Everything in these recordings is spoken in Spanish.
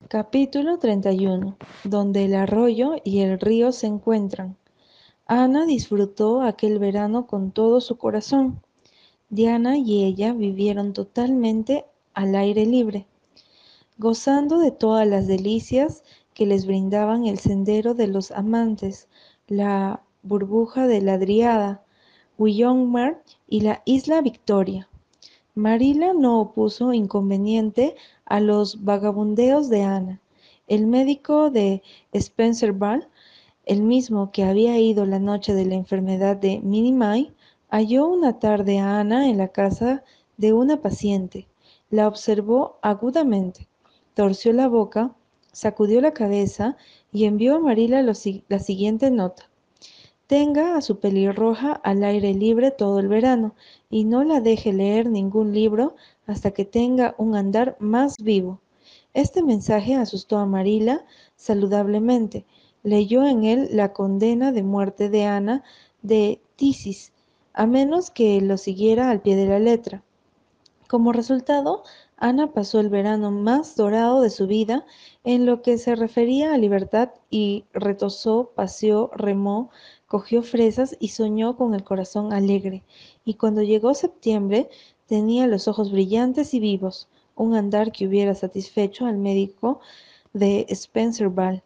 Capítulo 31, donde el arroyo y el río se encuentran. Ana disfrutó aquel verano con todo su corazón. Diana y ella vivieron totalmente al aire libre, gozando de todas las delicias que les brindaban el sendero de los amantes, la burbuja de la Adriada, Willowmere y la isla Victoria. Marila no opuso inconveniente a los vagabundeos de Ana. El médico de Spencervale, el mismo que había ido la noche de la enfermedad de Minnie May, halló una tarde a Ana en la casa de una paciente. La observó agudamente, torció la boca, sacudió la cabeza y envió a Marila la siguiente nota. Tenga a su pelirroja al aire libre todo el verano y no la deje leer ningún libro hasta que tenga un andar más vivo. Este mensaje asustó a Marila saludablemente. Leyó en él la condena de muerte de Ana de Tisis, a menos que lo siguiera al pie de la letra. Como resultado, Ana pasó el verano más dorado de su vida en lo que se refería a libertad y retozó, paseó, remó, cogió fresas y soñó con el corazón alegre. Y cuando llegó septiembre, tenía los ojos brillantes y vivos, un andar que hubiera satisfecho al médico de Spencervale,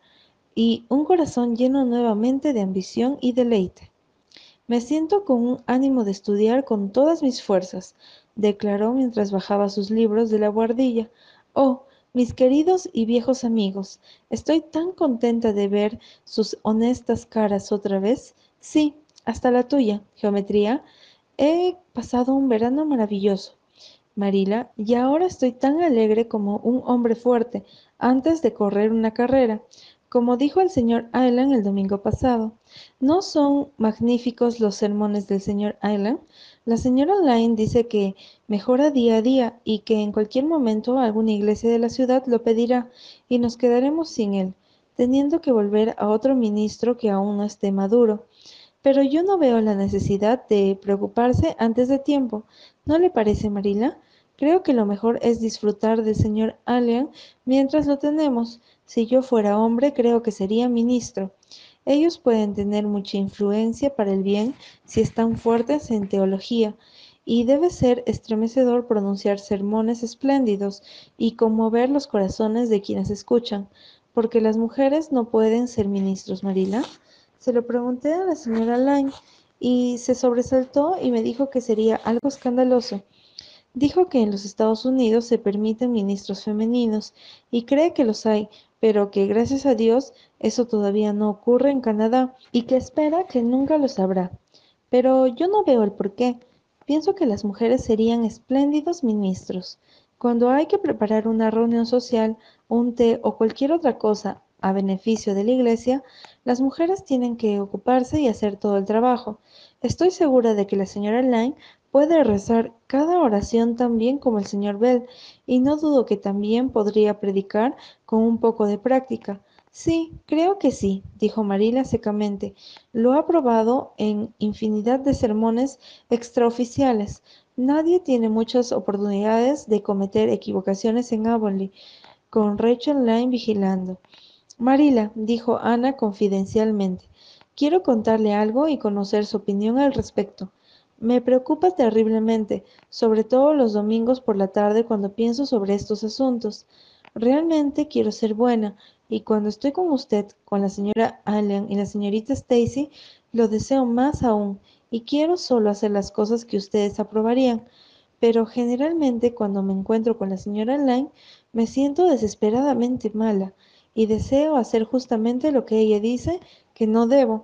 y un corazón lleno nuevamente de ambición y deleite. Me siento con un ánimo de estudiar con todas mis fuerzas, declaró mientras bajaba sus libros de la buhardilla. Oh, mis queridos y viejos amigos, estoy tan contenta de ver sus honestas caras otra vez. Sí, hasta la tuya, geometría. He pasado un verano maravilloso. Marila, y ahora estoy tan alegre como un hombre fuerte antes de correr una carrera, como dijo el señor Island el domingo pasado. ¿No son magníficos los sermones del señor Island? La señora Lyne dice que mejora día a día y que en cualquier momento alguna iglesia de la ciudad lo pedirá y nos quedaremos sin él, teniendo que volver a otro ministro que aún no esté maduro. Pero yo no veo la necesidad de preocuparse antes de tiempo. ¿No le parece, Marila? Creo que lo mejor es disfrutar del señor Allen mientras lo tenemos. Si yo fuera hombre, creo que sería ministro. Ellos pueden tener mucha influencia para el bien si están fuertes en teología, y debe ser estremecedor pronunciar sermones espléndidos y conmover los corazones de quienes escuchan, porque las mujeres no pueden ser ministros, Marila. Se lo pregunté a la señora Lyne y se sobresaltó y me dijo que sería algo escandaloso. Dijo que en los Estados Unidos se permiten ministros femeninos y cree que los hay, pero que gracias a Dios eso todavía no ocurre en Canadá y que espera que nunca lo sabrá. Pero yo no veo el porqué. Pienso que las mujeres serían espléndidos ministros. Cuando hay que preparar una reunión social, un té o cualquier otra cosa a beneficio de la iglesia, las mujeres tienen que ocuparse y hacer todo el trabajo. Estoy segura de que la señora Lyne puede rezar cada oración tan bien como el señor Bell, y no dudo que también podría predicar con un poco de práctica. Sí, creo que sí, dijo Marila secamente. Lo ha probado en infinidad de sermones extraoficiales. Nadie tiene muchas oportunidades de cometer equivocaciones en Avonlea, con Rachel Lyne vigilando. Marila, dijo Ana confidencialmente, quiero contarle algo y conocer su opinión al respecto. Me preocupa terriblemente, sobre todo los domingos por la tarde cuando pienso sobre estos asuntos. Realmente quiero ser buena, y cuando estoy con usted, con la señora Allen y la señorita Stacy, lo deseo más aún, y quiero solo hacer las cosas que ustedes aprobarían. Pero generalmente cuando me encuentro con la señora Lyne, me siento desesperadamente mala y deseo hacer justamente lo que ella dice que no debo.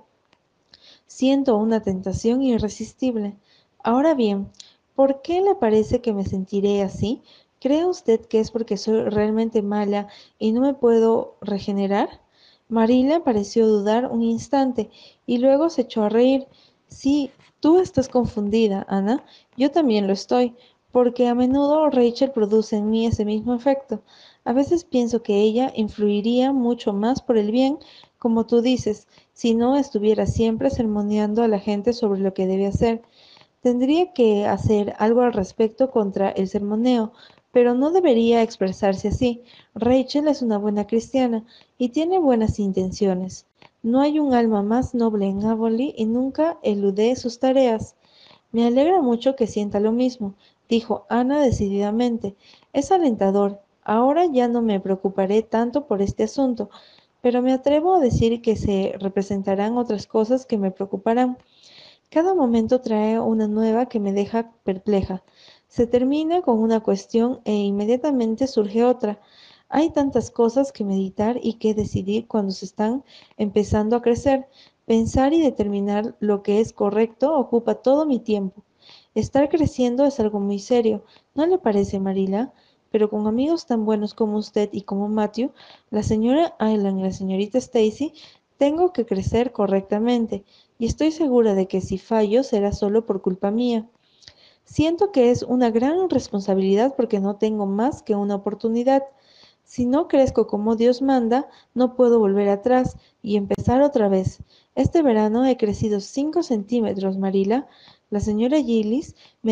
Siento una tentación irresistible. Ahora bien, ¿por qué le parece que me sentiré así? ¿Cree usted que es porque soy realmente mala y no me puedo regenerar? Marila pareció dudar un instante y luego se echó a reír. Sí, tú estás confundida, Ana. Yo también lo estoy, porque a menudo Rachel produce en mí ese mismo efecto. A veces pienso que ella influiría mucho más por el bien, como tú dices, si no estuviera siempre sermoneando a la gente sobre lo que debe hacer. Tendría que hacer algo al respecto contra el sermoneo, pero no debería expresarse así. Rachel es una buena cristiana y tiene buenas intenciones. No hay un alma más noble en Avonlea y nunca elude sus tareas. Me alegra mucho que sienta lo mismo, dijo Ana decididamente. Es alentador. Ahora ya no me preocuparé tanto por este asunto, pero me atrevo a decir que se representarán otras cosas que me preocuparán. Cada momento trae una nueva que me deja perpleja. Se termina con una cuestión e inmediatamente surge otra. Hay tantas cosas que meditar y que decidir cuando se están empezando a crecer. Pensar y determinar lo que es correcto ocupa todo mi tiempo. Estar creciendo es algo muy serio, ¿no le parece, Marila? Pero con amigos tan buenos como usted y como Matthew, la señora Aylan y la señorita Stacy, tengo que crecer correctamente y estoy segura de que si fallo será solo por culpa mía. Siento que es una gran responsabilidad porque no tengo más que una oportunidad. Si no crezco como Dios manda, no puedo volver atrás y empezar otra vez. Este verano he crecido 5 centímetros, Marila. La señora Gillis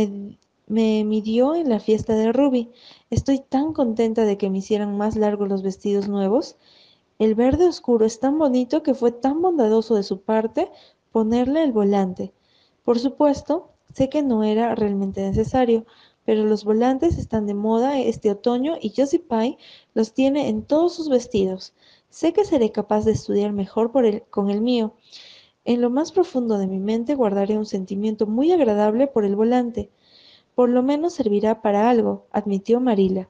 me midió en la fiesta de Ruby. Estoy tan contenta de que me hicieran más largos los vestidos nuevos. El verde oscuro es tan bonito que fue tan bondadoso de su parte ponerle el volante. Por supuesto, sé que no era realmente necesario, pero los volantes están de moda este otoño y Josie Pye los tiene en todos sus vestidos. Sé que seré capaz de estudiar mejor con el mío. En lo más profundo de mi mente guardaré un sentimiento muy agradable por el volante. Por lo menos servirá para algo, admitió Marilla.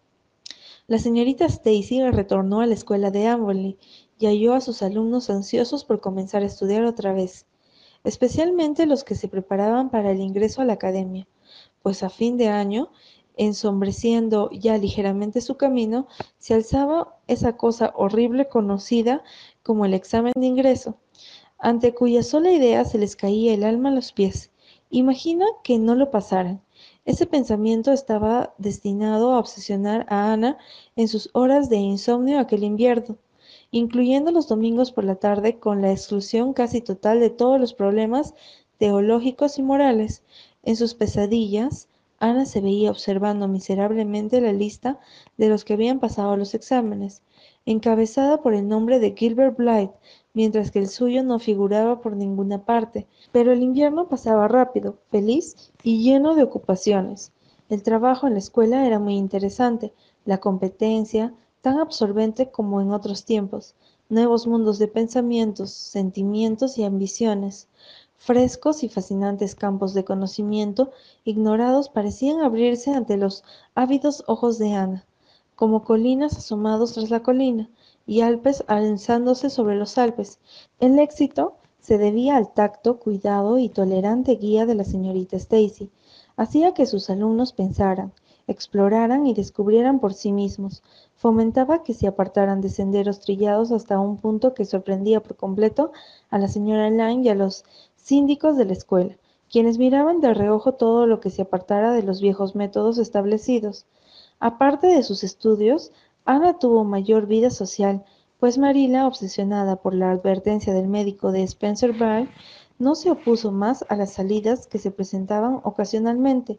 La señorita Stacy retornó a la escuela de Avonlea y halló a sus alumnos ansiosos por comenzar a estudiar otra vez, especialmente los que se preparaban para el ingreso a la academia, pues a fin de año, ensombreciendo ya ligeramente su camino, se alzaba esa cosa horrible conocida como el examen de ingreso, ante cuya sola idea se les caía el alma a los pies. Imagina que no lo pasaran. Ese pensamiento estaba destinado a obsesionar a Ana en sus horas de insomnio aquel invierno, incluyendo los domingos por la tarde con la exclusión casi total de todos los problemas teológicos y morales. En sus pesadillas, Ana se veía observando miserablemente la lista de los que habían pasado los exámenes, encabezada por el nombre de Gilbert Blythe, mientras que el suyo no figuraba por ninguna parte. Pero el invierno pasaba rápido, feliz y lleno de ocupaciones. El trabajo en la escuela era muy interesante, la competencia tan absorbente como en otros tiempos, nuevos mundos de pensamientos, sentimientos y ambiciones. Frescos y fascinantes campos de conocimiento ignorados parecían abrirse ante los ávidos ojos de Ana, como colinas asomados tras la colina, y Alpes alzándose sobre los Alpes. El éxito se debía al tacto, cuidado y tolerante guía de la señorita Stacy. Hacía que sus alumnos pensaran, exploraran y descubrieran por sí mismos. Fomentaba que se apartaran de senderos trillados hasta un punto que sorprendía por completo a la señora Lyne y a los síndicos de la escuela, quienes miraban de reojo todo lo que se apartara de los viejos métodos establecidos. Aparte de sus estudios, Ana tuvo mayor vida social, pues Marilla, obsesionada por la advertencia del médico de Spencer Bray, no se opuso más a las salidas que se presentaban ocasionalmente.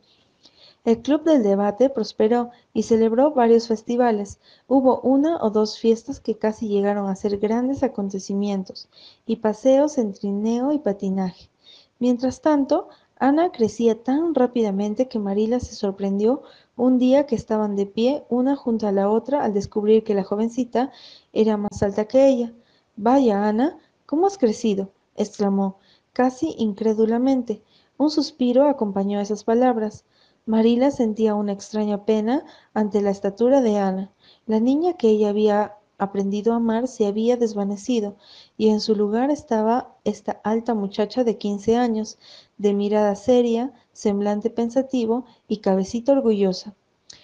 El Club del Debate prosperó y celebró varios festivales. Hubo una o dos fiestas que casi llegaron a ser grandes acontecimientos, y paseos en trineo y patinaje. Mientras tanto, Ana crecía tan rápidamente que Marila se sorprendió un día que estaban de pie una junto a la otra al descubrir que la jovencita era más alta que ella. Vaya, Ana, ¿cómo has crecido? Exclamó, casi incrédulamente. Un suspiro acompañó esas palabras. Marila sentía una extraña pena ante la estatura de Ana. La niña que ella había aprendido a amar se había desvanecido, y en su lugar estaba esta alta muchacha de 15 años, de mirada seria, semblante pensativo y cabecita orgullosa.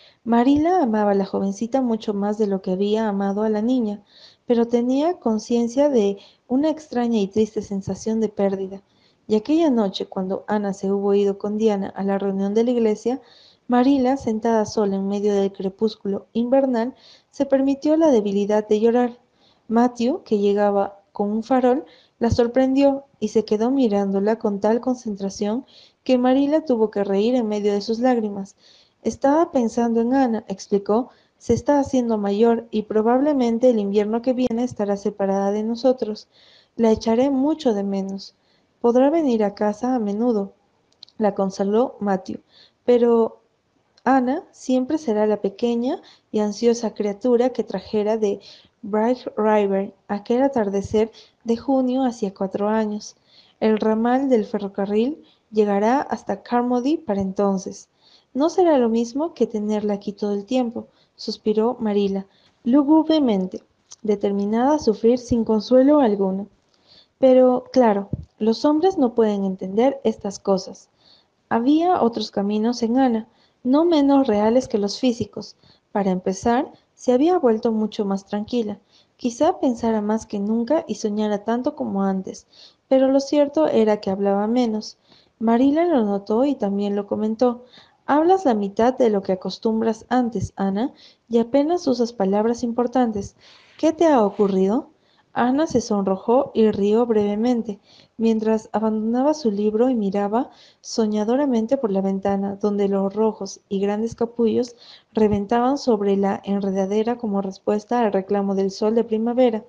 Marila amaba a la jovencita mucho más de lo que había amado a la niña, pero tenía conciencia de una extraña y triste sensación de pérdida. Y aquella noche, cuando Ana se hubo ido con Diana a la reunión de la iglesia, Marila, sentada sola en medio del crepúsculo invernal, se permitió la debilidad de llorar. Matthew, que llegaba con un farol, la sorprendió y se quedó mirándola con tal concentración que Marila tuvo que reír en medio de sus lágrimas. Estaba pensando en Ana, explicó. Se está haciendo mayor y probablemente el invierno que viene estará separada de nosotros. La echaré mucho de menos. Podrá venir a casa a menudo, la consoló Matthew. Pero Ana siempre será la pequeña y ansiosa criatura que trajera de Bright River aquel atardecer de junio hacía 4 años. El ramal del ferrocarril llegará hasta Carmody para entonces. No será lo mismo que tenerla aquí todo el tiempo, suspiró Marilla, lúgubremente, determinada a sufrir sin consuelo alguno. Pero, claro, los hombres no pueden entender estas cosas. Había otros caminos en Ana, no menos reales que los físicos. Para empezar, se había vuelto mucho más tranquila. Quizá pensara más que nunca y soñara tanto como antes, pero lo cierto era que hablaba menos. Marila lo notó y también lo comentó. Hablas la mitad de lo que acostumbras antes, Ana, y apenas usas palabras importantes. ¿Qué te ha ocurrido? Ana se sonrojó y rió brevemente, mientras abandonaba su libro y miraba soñadoramente por la ventana, donde los rojos y grandes capullos reventaban sobre la enredadera como respuesta al reclamo del sol de primavera.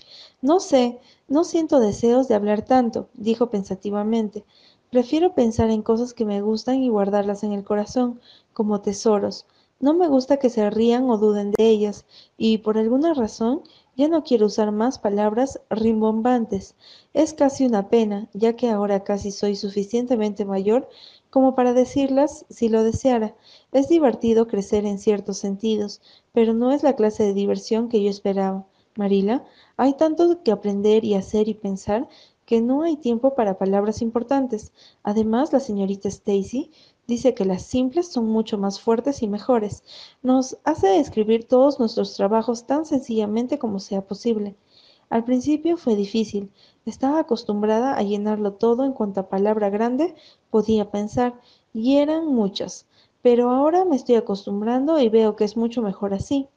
No sé, no siento deseos de hablar tanto, dijo pensativamente. Prefiero pensar en cosas que me gustan y guardarlas en el corazón, como tesoros. No me gusta que se rían o duden de ellas, y por alguna razón ya no quiero usar más palabras rimbombantes. Es casi una pena, ya que ahora casi soy suficientemente mayor como para decirlas si lo deseara. Es divertido crecer en ciertos sentidos, pero no es la clase de diversión que yo esperaba. Marila, hay tanto que aprender y hacer y pensar que no hay tiempo para palabras importantes. Además, la señorita Stacy dice que las simples son mucho más fuertes y mejores. Nos hace escribir todos nuestros trabajos tan sencillamente como sea posible. Al principio fue difícil. Estaba acostumbrada a llenarlo todo en cuanta palabra grande podía pensar, y eran muchas. Pero ahora me estoy acostumbrando y veo que es mucho mejor así.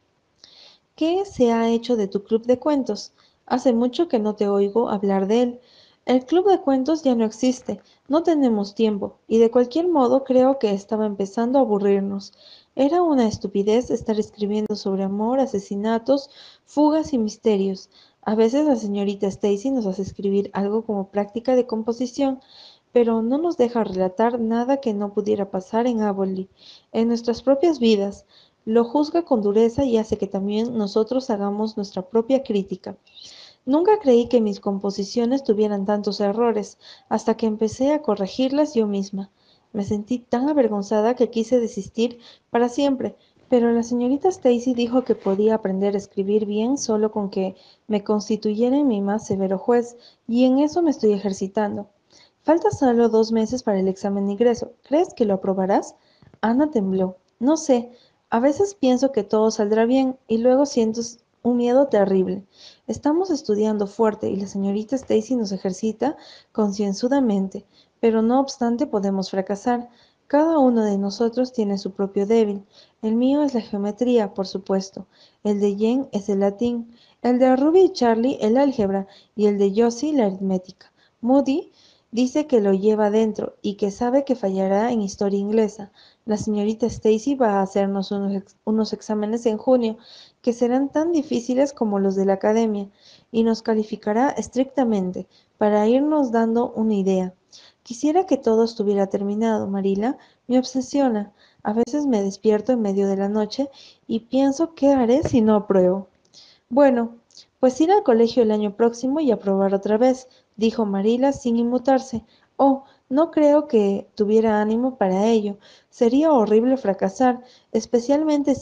¿Qué se ha hecho de tu club de cuentos? Hace mucho que no te oigo hablar de él. El club de cuentos ya no existe, no tenemos tiempo, y de cualquier modo creo que estaba empezando a aburrirnos. Era una estupidez estar escribiendo sobre amor, asesinatos, fugas y misterios. A veces la señorita Stacy nos hace escribir algo como práctica de composición, pero no nos deja relatar nada que no pudiera pasar en Avonlea, en nuestras propias vidas. Lo juzga con dureza y hace que también nosotros hagamos nuestra propia crítica. Nunca creí que mis composiciones tuvieran tantos errores, hasta que empecé a corregirlas yo misma. Me sentí tan avergonzada que quise desistir para siempre, pero la señorita Stacy dijo que podía aprender a escribir bien solo con que me constituyera en mi más severo juez, y en eso me estoy ejercitando. Falta solo 2 meses para el examen de ingreso. ¿Crees que lo aprobarás? Ana tembló. No sé. A veces pienso que todo saldrá bien y luego siento un miedo terrible. Estamos estudiando fuerte y la señorita Stacy nos ejercita concienzudamente, pero no obstante podemos fracasar. Cada uno de nosotros tiene su propio débil. El mío es la geometría, por supuesto. El de Jen es el latín. El de Ruby y Charlie el álgebra y el de Josie la aritmética. Moody dice que lo lleva dentro y que sabe que fallará en historia inglesa. La señorita Stacy va a hacernos unos exámenes en junio que serán tan difíciles como los de la academia y nos calificará estrictamente para irnos dando una idea. Quisiera que todo estuviera terminado, Marila. Me obsesiona. A veces me despierto en medio de la noche y pienso qué haré si no apruebo. Bueno, pues ir al colegio el año próximo y aprobar otra vez, dijo Marila sin inmutarse. Oh, no creo que tuviera ánimo para ello. Sería horrible fracasar, especialmente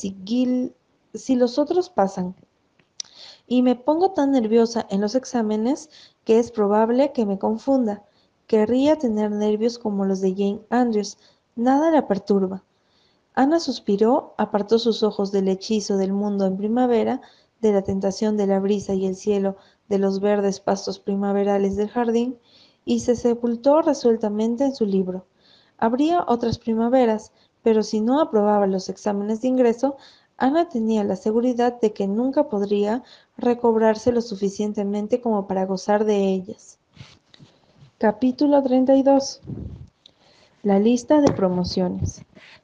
si los otros pasan. Y me pongo tan nerviosa en los exámenes que es probable que me confunda. Querría tener nervios como los de Jane Andrews. Nada la perturba. Ana suspiró, apartó sus ojos del hechizo del mundo en primavera, de la tentación de la brisa y el cielo, de los verdes pastos primaverales del jardín, y se sepultó resueltamente en su libro. Habría otras primaveras, pero si no aprobaba los exámenes de ingreso, Ana tenía la seguridad de que nunca podría recobrarse lo suficientemente como para gozar de ellas. Capítulo 32. La lista de promociones.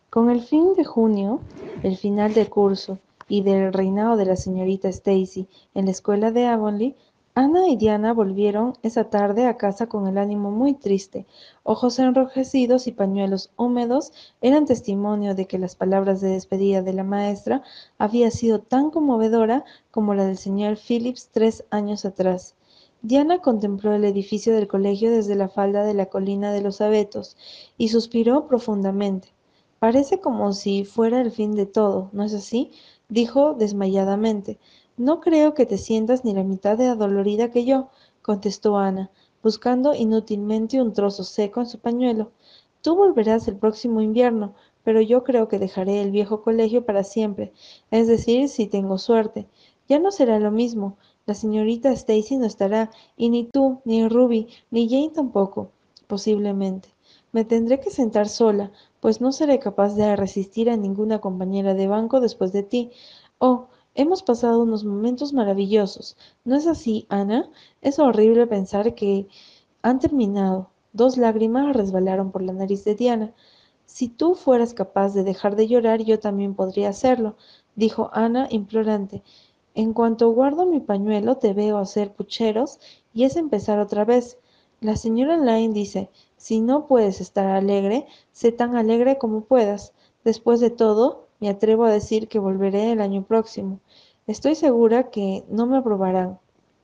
Con el fin de junio, el final del curso y del reinado de la señorita Stacy en la escuela de Avonlea, Ana y Diana volvieron esa tarde a casa con el ánimo muy triste. Ojos enrojecidos y pañuelos húmedos eran testimonio de que las palabras de despedida de la maestra había sido tan conmovedora como la del señor Phillips 3 años atrás. Diana contempló el edificio del colegio desde la falda de la colina de los abetos y suspiró profundamente. Parece como si fuera el fin de todo, ¿no es así? Dijo desmayadamente. No creo que te sientas ni la mitad de adolorida que yo, contestó Ana, buscando inútilmente un trozo seco en su pañuelo. Tú volverás el próximo invierno, pero yo creo que dejaré el viejo colegio para siempre, es decir, si tengo suerte. Ya no será lo mismo. La señorita Stacy no estará, y ni tú, ni Ruby, ni Jane tampoco, posiblemente. Me tendré que sentar sola, pues no seré capaz de resistir a ninguna compañera de banco después de ti. Oh, hemos pasado unos momentos maravillosos. ¿No es así, Ana? Es horrible pensar que han terminado. Dos lágrimas resbalaron por la nariz de Diana. Si tú fueras capaz de dejar de llorar, yo también podría hacerlo, dijo Ana implorante. En cuanto guardo mi pañuelo, te veo hacer pucheros y es empezar otra vez. La señora Lyne dice, si no puedes estar alegre, sé tan alegre como puedas. Después de todo, me atrevo a decir que volveré el año próximo. Estoy segura que no me aprobarán.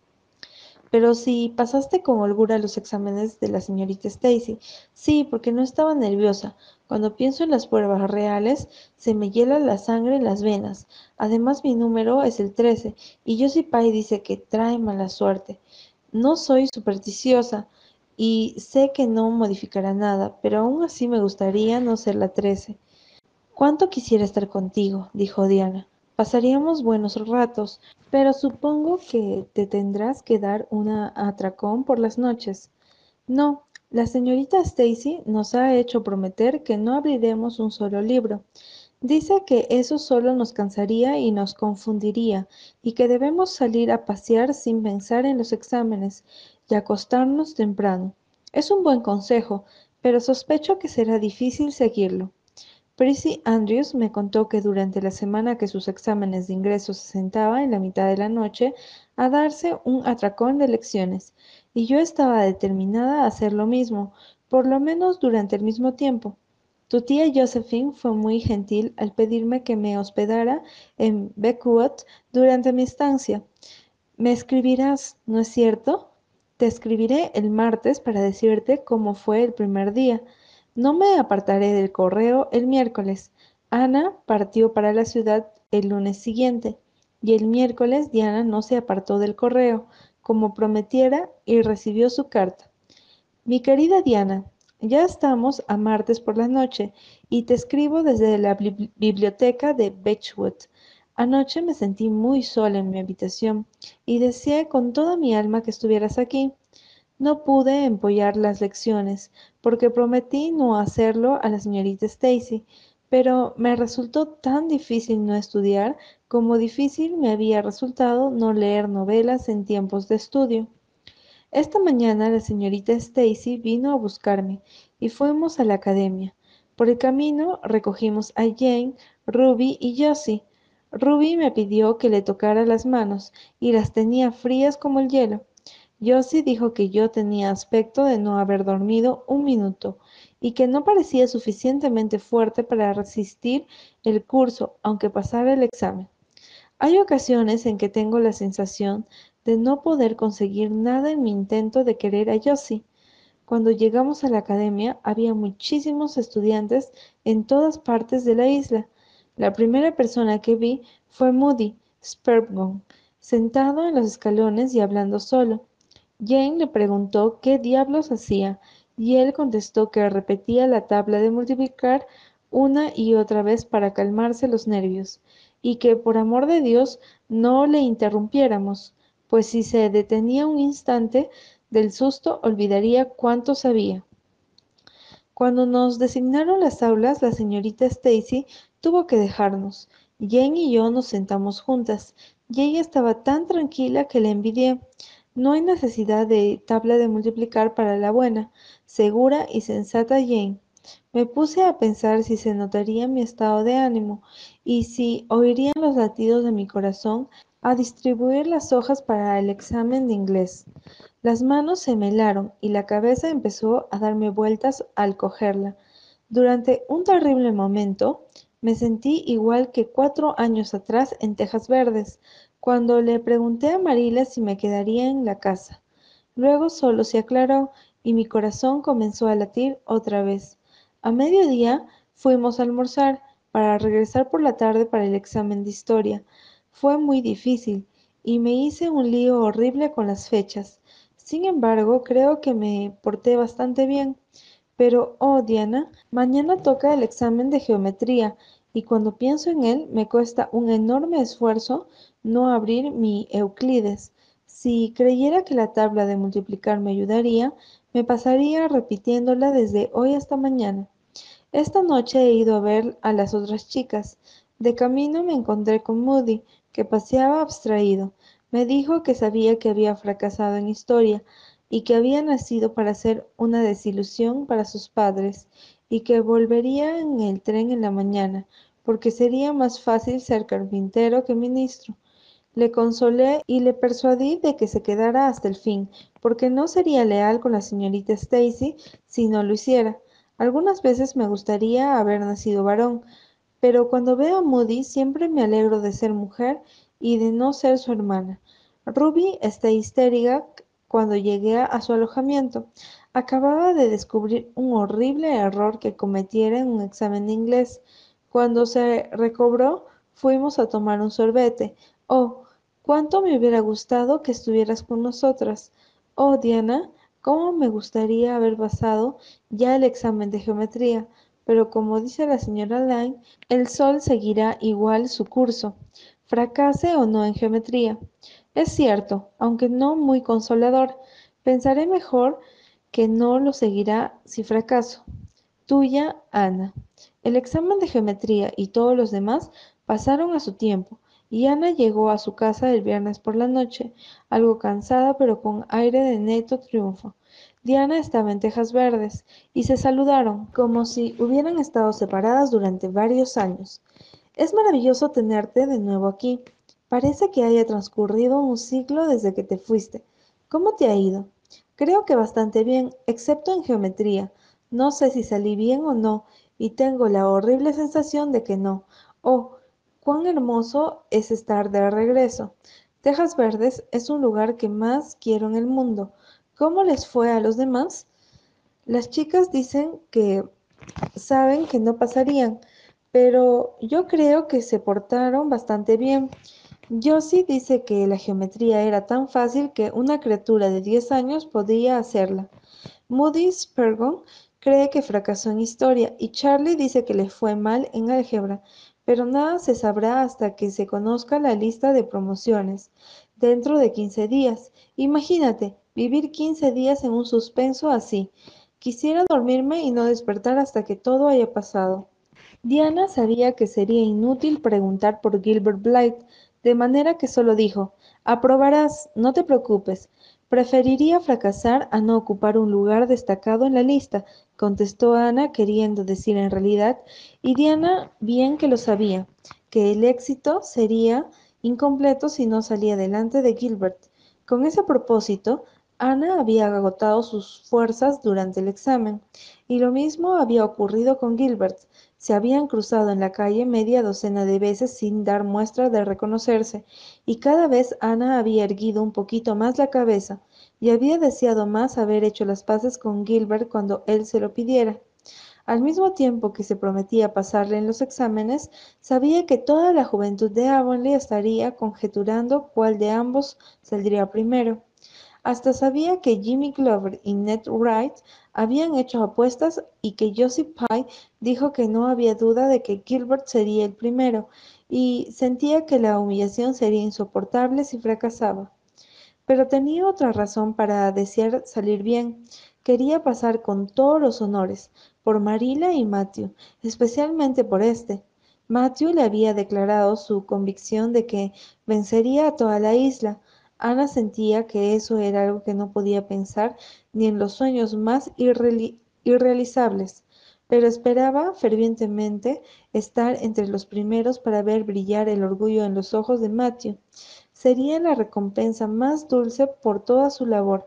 Pero si pasaste con holgura los exámenes de la señorita Stacy. Sí, porque no estaba nerviosa. Cuando pienso en las pruebas reales, se me hiela la sangre en las venas. Además, mi número es el 13 y Josie Pye dice que trae mala suerte. No soy supersticiosa y sé que no modificará nada, pero aún así me gustaría no ser la 13. Cuánto quisiera estar contigo, dijo Diana. Pasaríamos buenos ratos, pero supongo que te tendrás que dar una atracón por las noches. No, la señorita Stacy nos ha hecho prometer que no abriremos un solo libro. Dice que eso solo nos cansaría y nos confundiría, y que debemos salir a pasear sin pensar en los exámenes y acostarnos temprano. Es un buen consejo, pero sospecho que será difícil seguirlo. Prissy Andrews me contó que durante la semana que sus exámenes de ingreso se sentaba en la mitad de la noche a darse un atracón de lecciones, y yo estaba determinada a hacer lo mismo, por lo menos durante el mismo tiempo. Tu tía Josephine fue muy gentil al pedirme que me hospedara en Beckwood durante mi estancia. Me escribirás, ¿no es cierto? Te escribiré el martes para decirte cómo fue el primer día. No me apartaré del correo el miércoles. Ana partió para la ciudad el lunes siguiente, y el miércoles Diana no se apartó del correo, como prometiera, y recibió su carta. Mi querida Diana, ya estamos a martes por la noche y te escribo desde la biblioteca de Beechwood. Anoche me sentí muy sola en mi habitación y deseé con toda mi alma que estuvieras aquí. No pude empollar las lecciones porque prometí no hacerlo a la señorita Stacy, pero me resultó tan difícil no estudiar como difícil me había resultado no leer novelas en tiempos de estudio. Esta mañana la señorita Stacy vino a buscarme y fuimos a la academia. Por el camino recogimos a Jane, Ruby y Josie. Ruby me pidió que le tocara las manos y las tenía frías como el hielo. Josie dijo que yo tenía aspecto de no haber dormido un minuto y que no parecía suficientemente fuerte para resistir el curso, aunque pasara el examen. Hay ocasiones en que tengo la sensación de no poder conseguir nada en mi intento de querer a Josie. Cuando llegamos a la academia había muchísimos estudiantes en todas partes de la isla. La primera persona que vi fue Moody Spurgeon, sentado en los escalones y hablando solo. Jane le preguntó qué diablos hacía, y él contestó que repetía la tabla de multiplicar una y otra vez para calmarse los nervios, y que por amor de Dios no le interrumpiéramos, pues si se detenía un instante del susto olvidaría cuánto sabía. Cuando nos designaron las aulas, la señorita Stacy tuvo que dejarnos. Jane y yo nos sentamos juntas, y ella estaba tan tranquila que la envidié. No hay necesidad de tabla de multiplicar para la buena, segura y sensata Jane. Me puse a pensar si se notaría mi estado de ánimo y si oirían los latidos de mi corazón a distribuir las hojas para el examen de inglés. Las manos se me helaron y la cabeza empezó a darme vueltas al cogerla. Durante un terrible momento me sentí igual que 4 años atrás en Tejas Verdes, cuando le pregunté a Marila si me quedaría en la casa. Luego solo se aclaró y mi corazón comenzó a latir otra vez. A mediodía fuimos a almorzar para regresar por la tarde para el examen de historia. Fue muy difícil y me hice un lío horrible con las fechas. Sin embargo, creo que me porté bastante bien. Pero, oh Diana, mañana toca el examen de geometría y cuando pienso en él me cuesta un enorme esfuerzo no abrir mi Euclides. Si creyera que la tabla de multiplicar me ayudaría, me pasaría repitiéndola desde hoy hasta mañana. Esta noche he ido a ver a las otras chicas. De camino me encontré con Moody, que paseaba abstraído. Me dijo que sabía que había fracasado en historia y que había nacido para ser una desilusión para sus padres, y que volvería en el tren en la mañana, porque sería más fácil ser carpintero que ministro. Le consolé y le persuadí de que se quedara hasta el fin, porque no sería leal con la señorita Stacy si no lo hiciera. Algunas veces me gustaría haber nacido varón, pero cuando veo a Moody siempre me alegro de ser mujer y de no ser su hermana. Ruby está histérica cuando llegué a su alojamiento. Acababa de descubrir un horrible error que cometiera en un examen de inglés. Cuando se recobró, fuimos a tomar un sorbete. Oh, cuánto me hubiera gustado que estuvieras con nosotras. Oh, Diana, cómo me gustaría haber pasado ya el examen de geometría. Pero como dice la señora Lyne, el sol seguirá igual su curso, fracase o no en geometría. Es cierto, aunque no muy consolador. Pensaré mejor que no lo seguirá si fracaso. Tuya, Ana. El examen de geometría y todos los demás pasaron a su tiempo, y Ana llegó a su casa el viernes por la noche, algo cansada pero con aire de neto triunfo. Diana estaba en Tejas Verdes, y se saludaron, como si hubieran estado separadas durante varios años. Es maravilloso tenerte de nuevo aquí. Parece que haya transcurrido un siglo desde que te fuiste. ¿Cómo te ha ido? Creo que bastante bien, excepto en geometría. No sé si salí bien o no, y tengo la horrible sensación de que no. Oh, cuán hermoso es estar de regreso. Tejas Verdes es un lugar que más quiero en el mundo. ¿Cómo les fue a los demás? Las chicas dicen que saben que no pasarían, pero yo creo que se portaron bastante bien. Josie dice que la geometría era tan fácil que una criatura de 10 años podía hacerla. Moody Spurgeon cree que fracasó en historia y Charlie dice que le fue mal en álgebra, pero nada se sabrá hasta que se conozca la lista de promociones. Dentro de 15 días. Imagínate, vivir 15 días en un suspenso así. Quisiera dormirme y no despertar hasta que todo haya pasado. Diana sabía que sería inútil preguntar por Gilbert Blythe, de manera que solo dijo: «Aprobarás, no te preocupes. Preferiría fracasar a no ocupar un lugar destacado en la lista», contestó Ana, queriendo decir en realidad, y Diana bien que lo sabía, que el éxito sería incompleto si no salía delante de Gilbert. Con ese propósito, Ana había agotado sus fuerzas durante el examen, y lo mismo había ocurrido con Gilbert. Se habían cruzado en la calle media docena de veces sin dar muestra de reconocerse, y cada vez Ana había erguido un poquito más la cabeza, y había deseado más haber hecho las paces con Gilbert cuando él se lo pidiera. Al mismo tiempo que se prometía pasarle en los exámenes, sabía que toda la juventud de Avonlea estaría conjeturando cuál de ambos saldría primero. Hasta sabía que Jimmy Glover y Ned Wright habían hecho apuestas y que Josie Pye dijo que no había duda de que Gilbert sería el primero, y sentía que la humillación sería insoportable si fracasaba. Pero tenía otra razón para desear salir bien. Quería pasar con todos los honores, por Marilla y Matthew, especialmente por este. Matthew le había declarado su convicción de que vencería a toda la isla. Ana sentía que eso era algo que no podía pensar ni en los sueños más irrealizables. pero esperaba fervientemente estar entre los primeros para ver brillar el orgullo en los ojos de Matthew. Sería la recompensa más dulce por toda su labor,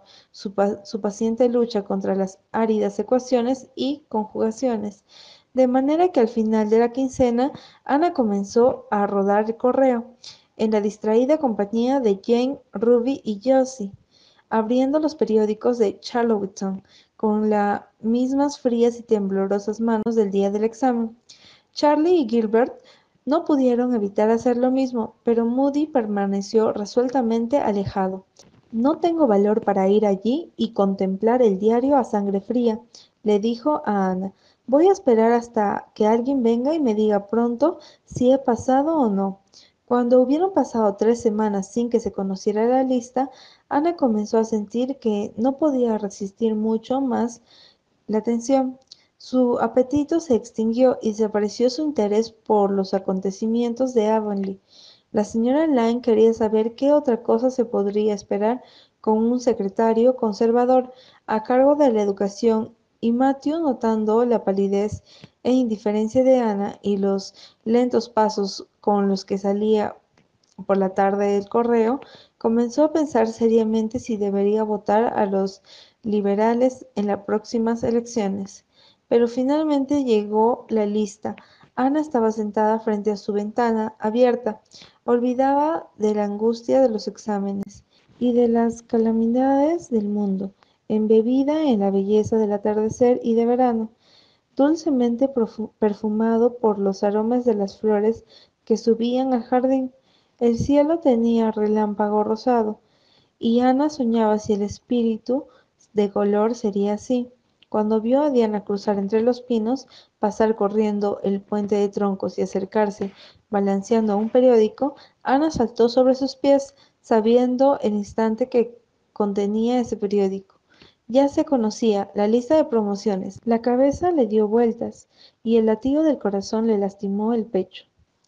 su paciente lucha contra las áridas ecuaciones y conjugaciones. De manera que al final de la quincena, Ana comenzó a rodar el correo, en la distraída compañía de Jane, Ruby y Josie, abriendo los periódicos de Charlottetown con las mismas frías y temblorosas manos del día del examen. Charlie y Gilbert no pudieron evitar hacer lo mismo, pero Moody permaneció resueltamente alejado. No tengo valor para ir allí y contemplar el diario a sangre fría, le dijo a Ana. Voy a esperar hasta que alguien venga y me diga pronto si he pasado o no. Cuando hubieron pasado 3 semanas sin que se conociera la lista, Ana comenzó a sentir que no podía resistir mucho más la tensión. Su apetito se extinguió y desapareció su interés por los acontecimientos de Avonlea. La señora Lyne quería saber qué otra cosa se podría esperar con un secretario conservador a cargo de la educación, y Matthew, notando la palidez e indiferencia de Ana y los lentos pasos con los que salía por la tarde del correo, comenzó a pensar seriamente si debería votar a los liberales en las próximas elecciones. Pero finalmente llegó la lista. Ana estaba sentada frente a su ventana abierta, olvidada de la angustia de los exámenes y de las calamidades del mundo, embebida en la belleza del atardecer y de verano, dulcemente perfumado por los aromas de las flores que subían al jardín. El cielo tenía relámpago rosado, y Ana soñaba si el espíritu de color sería así. Cuando vio a Diana cruzar entre los pinos, pasar corriendo el puente de troncos y acercarse balanceando un periódico, Ana saltó sobre sus pies, sabiendo el instante que contenía ese periódico. Ya se conocía la lista de promociones. La cabeza le dio vueltas y el latido del corazón le lastimó el pecho.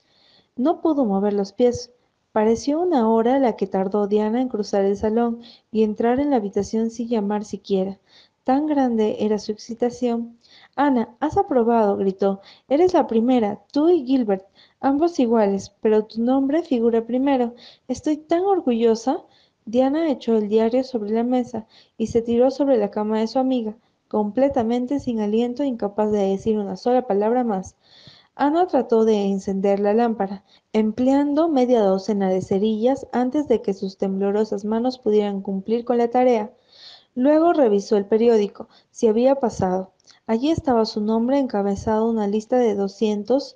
No pudo mover los pies. Pareció una hora la que tardó Diana en cruzar el salón y entrar en la habitación sin llamar siquiera. Tan grande era su excitación. Ana, has aprobado, gritó. Eres la primera, tú y Gilbert, ambos iguales, pero tu nombre figura primero. Estoy tan orgullosa. Diana echó el diario sobre la mesa y se tiró sobre la cama de su amiga, completamente sin aliento, incapaz de decir una sola palabra más. Ana trató de encender la lámpara, empleando media docena de cerillas antes de que sus temblorosas manos pudieran cumplir con la tarea. Luego revisó el periódico, si había pasado. Allí estaba su nombre encabezado una lista de 200.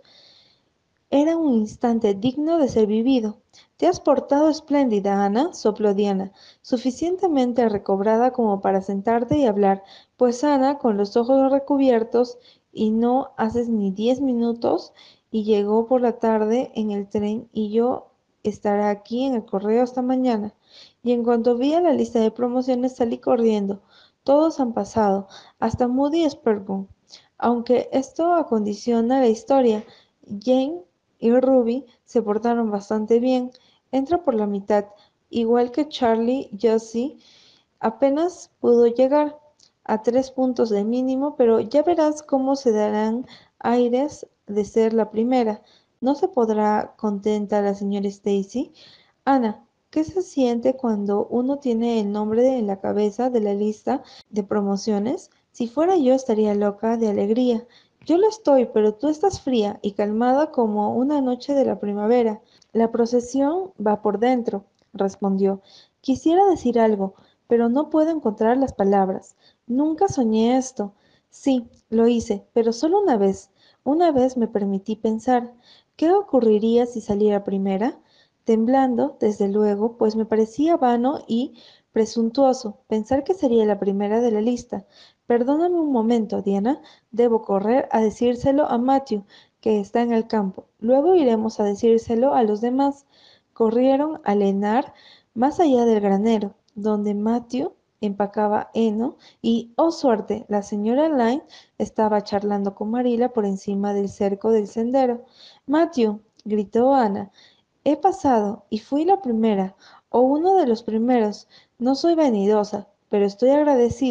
Era un instante digno de ser vivido. Te has portado espléndida, Ana, sopló Diana, suficientemente recobrada como para sentarte y hablar, pues Ana, con los ojos recubiertos, y no haces ni 10 minutos, y llegó por la tarde en el tren, y yo estaré aquí en el correo hasta mañana. Y en cuanto vi a la lista de promociones salí corriendo. Todos han pasado, hasta Moody Spurgeon. Aunque esto acondiciona la historia, Jane y Ruby se portaron bastante bien. Entra por la mitad, igual que Charlie. Josie apenas pudo llegar a 3 puntos de mínimo, pero ya verás cómo se darán aires de ser la primera. ¿No se podrá contenta la señora Stacy? Ana, ¿qué se siente cuando uno tiene el nombre en la cabeza de la lista de promociones? Si fuera yo estaría loca de alegría. Yo lo estoy, pero tú estás fría y calmada como una noche de la primavera. La procesión va por dentro, respondió. Quisiera decir algo, pero no puedo encontrar las palabras. Nunca soñé esto. Sí, lo hice, pero solo una vez. Una vez me permití pensar, ¿qué ocurriría si saliera primera? Temblando, desde luego, pues me parecía vano y presuntuoso pensar que sería la primera de la lista. Perdóname un momento, Diana. Debo correr a decírselo a Matthew, que está en el campo. Luego iremos a decírselo a los demás. Corrieron a Lenar más allá del granero, donde Matthew empacaba heno y, oh suerte, la señora Lyne estaba charlando con Marilla por encima del cerco del sendero. Matthew, gritó Ana, he pasado y fui la primera, o uno de los primeros. No soy vanidosa, pero estoy agradecida.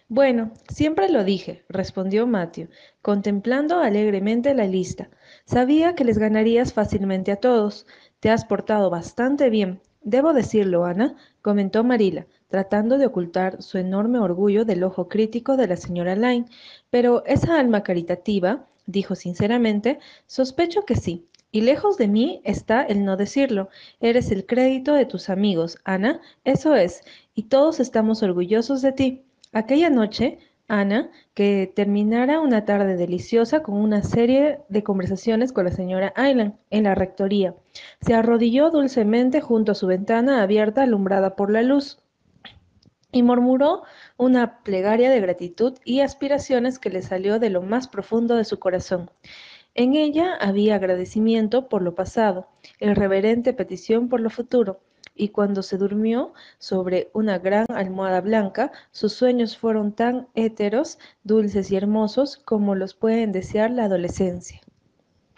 Bueno, siempre lo dije, respondió Matthew, contemplando alegremente la lista. Sabía que les ganarías fácilmente a todos. Te has portado bastante bien. Debo decirlo, Ana, comentó Marilla, tratando de ocultar su enorme orgullo del ojo crítico de la señora Lyne. Pero esa alma caritativa, dijo sinceramente, sospecho que sí. Y lejos de mí está el no decirlo. Eres el crédito de tus amigos, Ana, eso es, y todos estamos orgullosos de ti. Aquella noche, Ana, que terminara una tarde deliciosa con una serie de conversaciones con la señora Aylan en la rectoría, se arrodilló dulcemente junto a su ventana abierta alumbrada por la luz y murmuró una plegaria de gratitud y aspiraciones que le salió de lo más profundo de su corazón. En ella había agradecimiento por lo pasado, irreverente petición por lo futuro, y cuando se durmió sobre una gran almohada blanca, sus sueños fueron tan éteros, dulces y hermosos como los pueden desear la adolescencia.